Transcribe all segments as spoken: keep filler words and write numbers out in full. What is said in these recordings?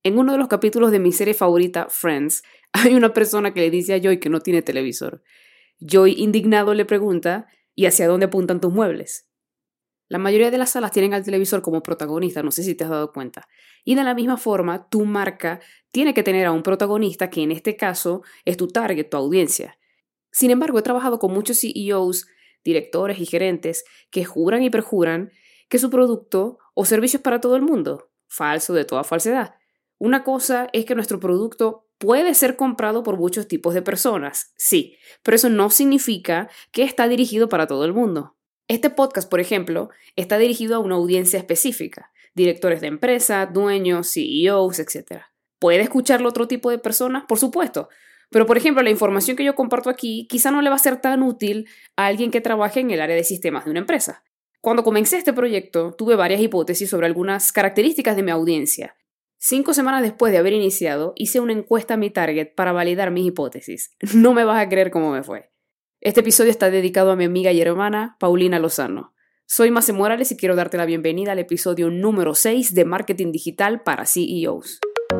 En uno de los capítulos de mi serie favorita, Friends, hay una persona que le dice a Joey que no tiene televisor. Joey, indignado, le pregunta, ¿y hacia dónde apuntan tus muebles? La mayoría de las salas tienen al televisor como protagonista, no sé si te has dado cuenta. Y de la misma forma, tu marca tiene que tener a un protagonista que en este caso es tu target, tu audiencia. Sin embargo, he trabajado con muchos C E Os, directores y gerentes que juran y perjuran que su producto o servicio es para todo el mundo. Falso de toda falsedad. Una cosa es que nuestro producto puede ser comprado por muchos tipos de personas, sí, pero eso no significa que está dirigido para todo el mundo. Este podcast, por ejemplo, está dirigido a una audiencia específica, directores de empresa, dueños, C E Os, etcétera. ¿Puede escucharlo otro tipo de personas? Por supuesto. Pero, por ejemplo, la información que yo comparto aquí quizá no le va a ser tan útil a alguien que trabaje en el área de sistemas de una empresa. Cuando comencé este proyecto, tuve varias hipótesis sobre algunas características de mi audiencia. Cinco semanas después de haber iniciado, hice una encuesta a mi target para validar mis hipótesis. No me vas a creer cómo me fue. Este episodio está dedicado a mi amiga y hermana, Paulina Lozano. Soy Mace Morales y quiero darte la bienvenida al episodio número seis de Marketing Digital para C E Os.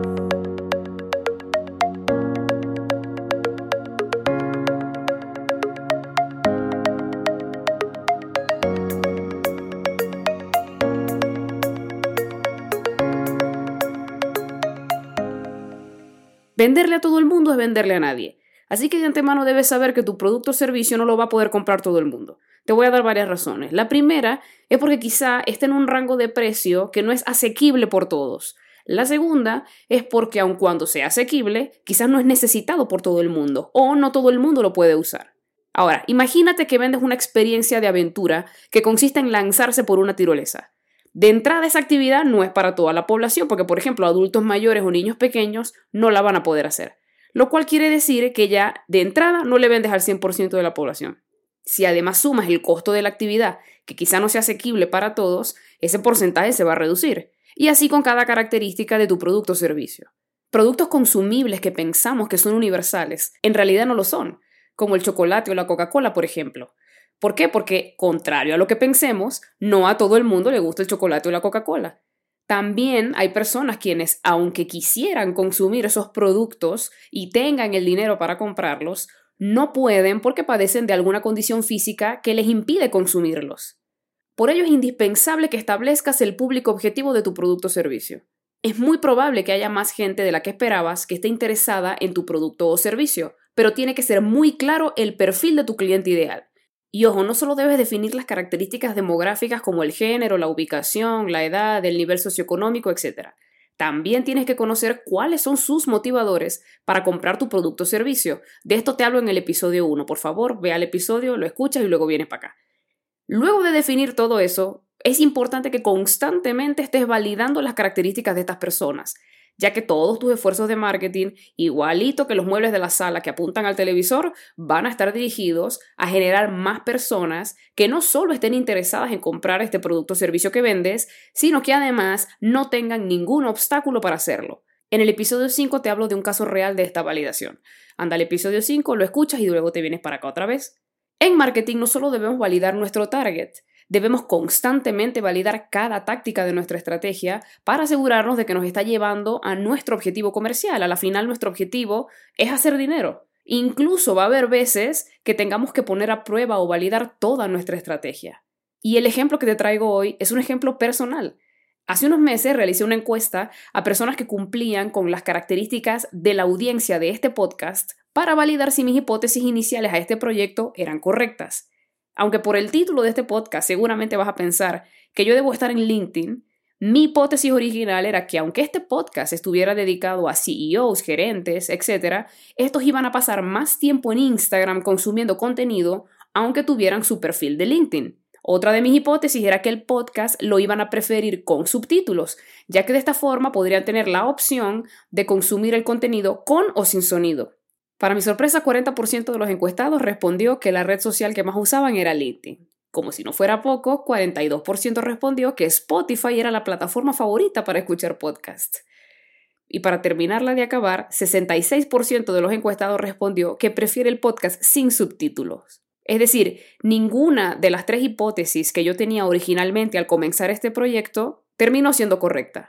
Venderle a todo el mundo es venderle a nadie. Así que de antemano debes saber que tu producto o servicio no lo va a poder comprar todo el mundo. Te voy a dar varias razones. La primera es porque quizá esté en un rango de precio que no es asequible por todos. La segunda es porque aun cuando sea asequible, quizás no es necesitado por todo el mundo o no todo el mundo lo puede usar. Ahora, imagínate que vendes una experiencia de aventura que consiste en lanzarse por una tirolesa. De entrada, esa actividad no es para toda la población porque, por ejemplo, adultos mayores o niños pequeños no la van a poder hacer. Lo cual quiere decir que ya de entrada no le vendes al cien por ciento de la población. Si además sumas el costo de la actividad, que quizá no sea asequible para todos, ese porcentaje se va a reducir. Y así con cada característica de tu producto o servicio. Productos consumibles que pensamos que son universales, en realidad no lo son, como el chocolate o la Coca-Cola, por ejemplo. ¿Por qué? Porque, contrario a lo que pensemos, no a todo el mundo le gusta el chocolate o la Coca-Cola. También hay personas quienes, aunque quisieran consumir esos productos y tengan el dinero para comprarlos, no pueden porque padecen de alguna condición física que les impide consumirlos. Por ello es indispensable que establezcas el público objetivo de tu producto o servicio. Es muy probable que haya más gente de la que esperabas que esté interesada en tu producto o servicio, pero tiene que ser muy claro el perfil de tu cliente ideal. Y ojo, no solo debes definir las características demográficas como el género, la ubicación, la edad, el nivel socioeconómico, etcétera. También tienes que conocer cuáles son sus motivadores para comprar tu producto o servicio. De esto te hablo en el episodio uno. Por favor, ve al episodio, lo escuchas y luego vienes para acá. Luego de definir todo eso, es importante que constantemente estés validando las características de estas personas, ya que todos tus esfuerzos de marketing, igualito que los muebles de la sala que apuntan al televisor, van a estar dirigidos a generar más personas que no solo estén interesadas en comprar este producto o servicio que vendes, sino que además no tengan ningún obstáculo para hacerlo. En el episodio cinco te hablo de un caso real de esta validación. Anda al episodio cinco, lo escuchas y luego te vienes para acá otra vez. En marketing no solo debemos validar nuestro target, debemos constantemente validar cada táctica de nuestra estrategia para asegurarnos de que nos está llevando a nuestro objetivo comercial. A la final, nuestro objetivo es hacer dinero. Incluso va a haber veces que tengamos que poner a prueba o validar toda nuestra estrategia. Y el ejemplo que te traigo hoy es un ejemplo personal. Hace unos meses realicé una encuesta a personas que cumplían con las características de la audiencia de este podcast para validar si mis hipótesis iniciales a este proyecto eran correctas. Aunque por el título de este podcast seguramente vas a pensar que yo debo estar en LinkedIn, mi hipótesis original era que aunque este podcast estuviera dedicado a C E Os, gerentes, etcétera, estos iban a pasar más tiempo en Instagram consumiendo contenido aunque tuvieran su perfil de LinkedIn. Otra de mis hipótesis era que el podcast lo iban a preferir con subtítulos, ya que de esta forma podrían tener la opción de consumir el contenido con o sin sonido. Para mi sorpresa, cuarenta por ciento de los encuestados respondió que la red social que más usaban era LinkedIn. Como si no fuera poco, cuarenta y dos por ciento respondió que Spotify era la plataforma favorita para escuchar podcasts. Y para terminarla de acabar, sesenta y seis por ciento de los encuestados respondió que prefiere el podcast sin subtítulos. Es decir, ninguna de las tres hipótesis que yo tenía originalmente al comenzar este proyecto terminó siendo correcta.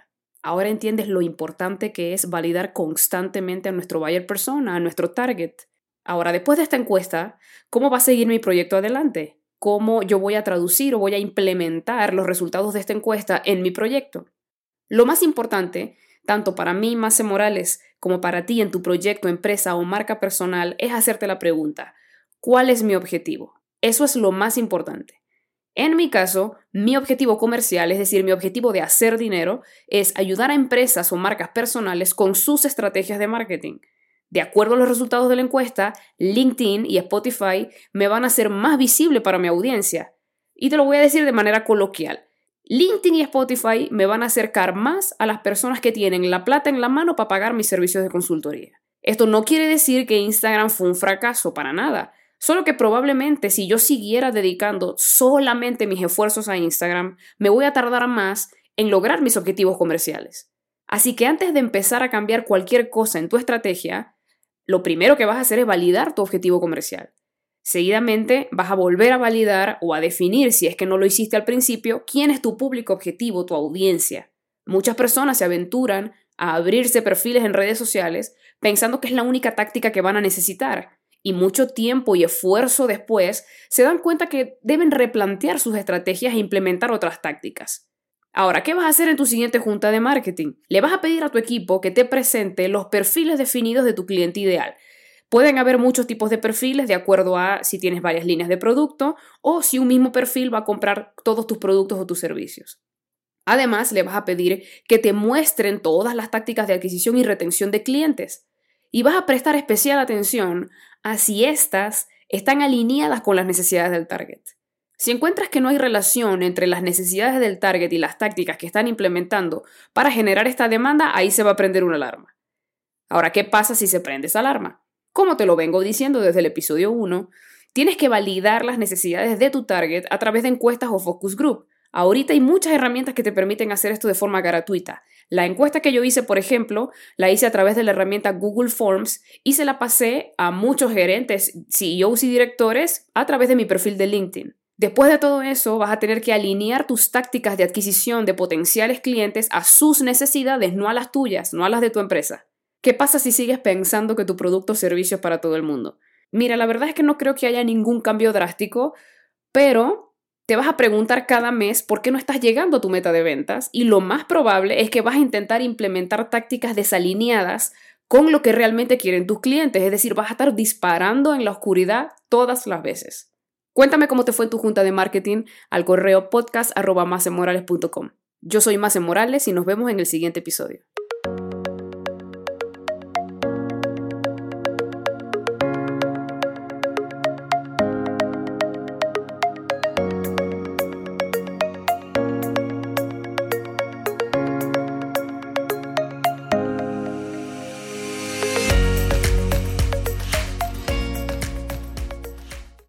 Ahora entiendes lo importante que es validar constantemente a nuestro buyer persona, a nuestro target. Ahora, después de esta encuesta, ¿cómo va a seguir mi proyecto adelante? ¿Cómo yo voy a traducir o voy a implementar los resultados de esta encuesta en mi proyecto? Lo más importante, tanto para mí, Mace Morales, como para ti en tu proyecto, empresa o marca personal, es hacerte la pregunta: ¿cuál es mi objetivo? Eso es lo más importante. En mi caso, mi objetivo comercial, es decir, mi objetivo de hacer dinero, es ayudar a empresas o marcas personales con sus estrategias de marketing. De acuerdo a los resultados de la encuesta, LinkedIn y Spotify me van a hacer más visible para mi audiencia. Y te lo voy a decir de manera coloquial. LinkedIn y Spotify me van a acercar más a las personas que tienen la plata en la mano para pagar mis servicios de consultoría. Esto no quiere decir que Instagram fue un fracaso, para nada. Solo que probablemente si yo siguiera dedicando solamente mis esfuerzos a Instagram, me voy a tardar más en lograr mis objetivos comerciales. Así que antes de empezar a cambiar cualquier cosa en tu estrategia, lo primero que vas a hacer es validar tu objetivo comercial. Seguidamente vas a volver a validar o a definir, si es que no lo hiciste al principio, quién es tu público objetivo, tu audiencia. Muchas personas se aventuran a abrirse perfiles en redes sociales pensando que es la única táctica que van a necesitar. Y mucho tiempo y esfuerzo después se dan cuenta que deben replantear sus estrategias e implementar otras tácticas. Ahora, ¿qué vas a hacer en tu siguiente junta de marketing? Le vas a pedir a tu equipo que te presente los perfiles definidos de tu cliente ideal. Pueden haber muchos tipos de perfiles de acuerdo a si tienes varias líneas de producto o si un mismo perfil va a comprar todos tus productos o tus servicios. Además, le vas a pedir que te muestren todas las tácticas de adquisición y retención de clientes. Y vas a prestar especial atención a si estas están alineadas con las necesidades del target. Si encuentras que no hay relación entre las necesidades del target y las tácticas que están implementando para generar esta demanda, ahí se va a prender una alarma. Ahora, ¿qué pasa si se prende esa alarma? Como te lo vengo diciendo desde el episodio uno, tienes que validar las necesidades de tu target a través de encuestas o focus group. Ahorita hay muchas herramientas que te permiten hacer esto de forma gratuita. La encuesta que yo hice, por ejemplo, la hice a través de la herramienta Google Forms y se la pasé a muchos gerentes, C E Os y directores a través de mi perfil de LinkedIn. Después de todo eso, vas a tener que alinear tus tácticas de adquisición de potenciales clientes a sus necesidades, no a las tuyas, no a las de tu empresa. ¿Qué pasa si sigues pensando que tu producto o servicio es para todo el mundo? Mira, la verdad es que no creo que haya ningún cambio drástico, pero te vas a preguntar cada mes por qué no estás llegando a tu meta de ventas y lo más probable es que vas a intentar implementar tácticas desalineadas con lo que realmente quieren tus clientes, es decir, vas a estar disparando en la oscuridad todas las veces. Cuéntame cómo te fue en tu junta de marketing al correo podcast arroba macemorales punto com. Yo soy Mace Morales y nos vemos en el siguiente episodio.